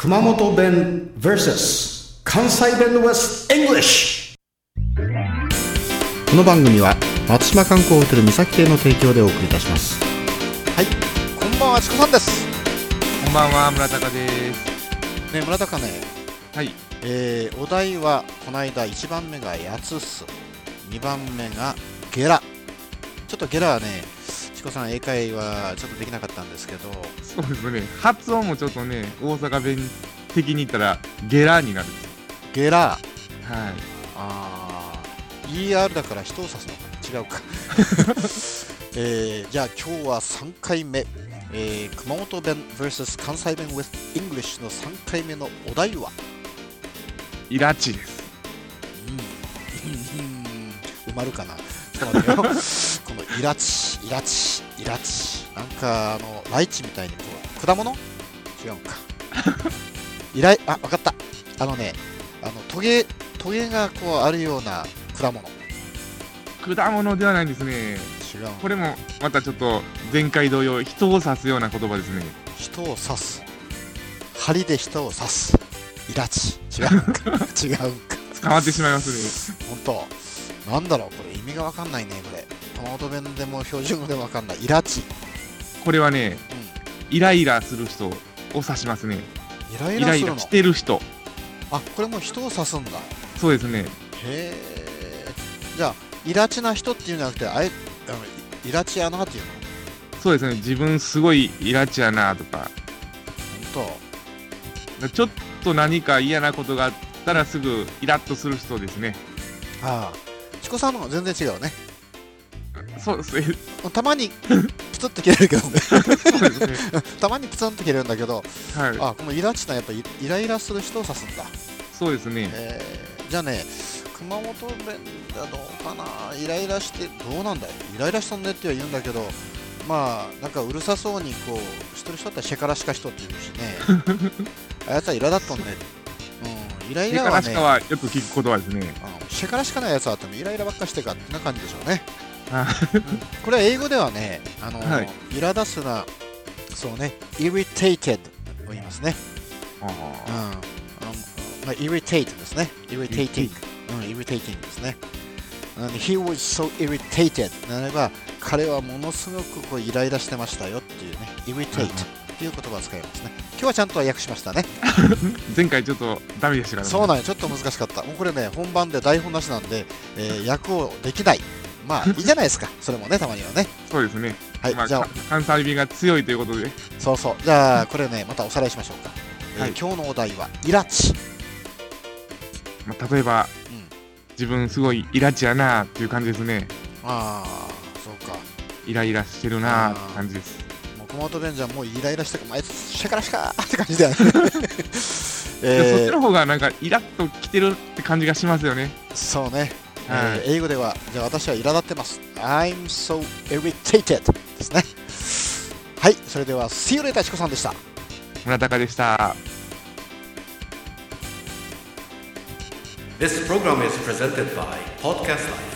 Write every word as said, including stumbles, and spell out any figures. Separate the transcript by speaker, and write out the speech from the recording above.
Speaker 1: 熊本弁 vs 関西弁 with English。 この番組は松島観光ホテル三崎邸の提供でお送りいたします。
Speaker 2: はい、こんばんは、ちこさんです。
Speaker 3: こんばんは、村高です
Speaker 2: ね。村高ね、
Speaker 3: はい、
Speaker 2: えー、お題はこの間いちばんめがやつす、にばんめがゲラ。ちょっとゲラはね、ちこさん英会話ちょっとできなかったんですけど、
Speaker 3: そうですね、発音もちょっとね、大阪弁的に言ったらゲラになる。
Speaker 2: ゲラ、はい、
Speaker 3: あ
Speaker 2: ー イーアール だから人を指すのかな、違うか、えー、じゃあ今日はさんかいめ、えー、熊本弁 vs 関西弁 with English のさんかいめのお題は
Speaker 3: イラチです。
Speaker 2: うん、埋まるかな。ちょっと待ってよ。このイラチ、イラチ、イラチ、なんかあのライチみたいにこう果物？違うんか。イライ、あ、わかった。あのね、あのトゲトゲがこうあるような果物。
Speaker 3: 果物ではないんですね。
Speaker 2: 違う。
Speaker 3: これもまたちょっと前回同様、人を指すような言葉ですね。
Speaker 2: 人を指す。針で人を刺す。イラチ。違うんか。違うんか。
Speaker 3: 捕まってしまいますね。
Speaker 2: 本当。なんだろう、これ意味がわかんないね。これ熊本弁でも標準語でもわかんない。イラチ。
Speaker 3: これはね、うん、イライラする人を指しますね。
Speaker 2: イライラするの？イライラ
Speaker 3: してる人。
Speaker 2: あ、これも人を指すんだ。
Speaker 3: そうですね。
Speaker 2: へえ。じゃあイラチな人っていうんじゃなくて、あえあのイラチやなっていうの？
Speaker 3: そうですね。自分すごいイラチやなとか。
Speaker 2: 本
Speaker 3: 当。ちょっと何か嫌なことがあったらすぐイラッとする人ですね。
Speaker 2: ああ、チコさんの方が全然違うね。
Speaker 3: そうですね。
Speaker 2: たまにプツッと切れるけどね。
Speaker 3: そうですね。
Speaker 2: たまにプツンと切れるんだけど、
Speaker 3: はい、
Speaker 2: あ、このイラチなやっぱりイライラする人を指すんだ。
Speaker 3: そうですね。
Speaker 2: えー、じゃあね、熊本弁だどうかな。イライラしてどうなんだよ。イライラしとんねっては言うんだけど、まあなんかうるさそうにこうしてる人だったらシェカラシカ人って言うしね。あやつはイラだっとんね。うん、イライラはね。
Speaker 3: シェカラシカはよく聞く言葉ですね。
Speaker 2: うん、シェカラシカなやつはあってもイライラばっかしてかってな感じでしょうね。
Speaker 3: うん、
Speaker 2: これは英語ではね、あの、
Speaker 3: はい、
Speaker 2: イラだすな、そうね、irritated を言いますね。
Speaker 3: あ、
Speaker 2: うん、あまあ、irritate ですね。irritating、うん、irritating ですね。He was so irritated ならば、彼はものすごくこうイライラしてましたよっていうね、irritate、うん、っていう言葉を使いますね。今日はちゃんと訳しましたね。
Speaker 3: 前回ちょっとダメでしたからね。
Speaker 2: そうなんよ、ちょっと難しかった。もうこれね、本番で台本なしなんで、えー、訳をできない。まあいいじゃないですか。それもね、たまにはね。
Speaker 3: そうですね。
Speaker 2: はい、
Speaker 3: まあ、
Speaker 2: じゃあ
Speaker 3: 関西弁が強いということで。
Speaker 2: そうそう。じゃあこれね、またおさらいしましょうか。はい、えー、今日のお題はイラチ。
Speaker 3: まあ、例えば、うん、自分すごいイラチやなっていう感じですね。
Speaker 2: ああ、そうか。
Speaker 3: イライラしてるなって感じです。
Speaker 2: もう熊本弁じゃもうイライラしてか、あいつシャカラシカーって感じだよね。
Speaker 3: えー、そっちの方がなんかイラッときてるって感じがしますよね。
Speaker 2: そうね。
Speaker 3: はい、
Speaker 2: えー、英語では、じゃあ私は苛立ってます。I'm so irritated ですね。はい、それでは See you later、チコさんでした。
Speaker 3: 村高でした。
Speaker 1: This program is presented by Podcast Life.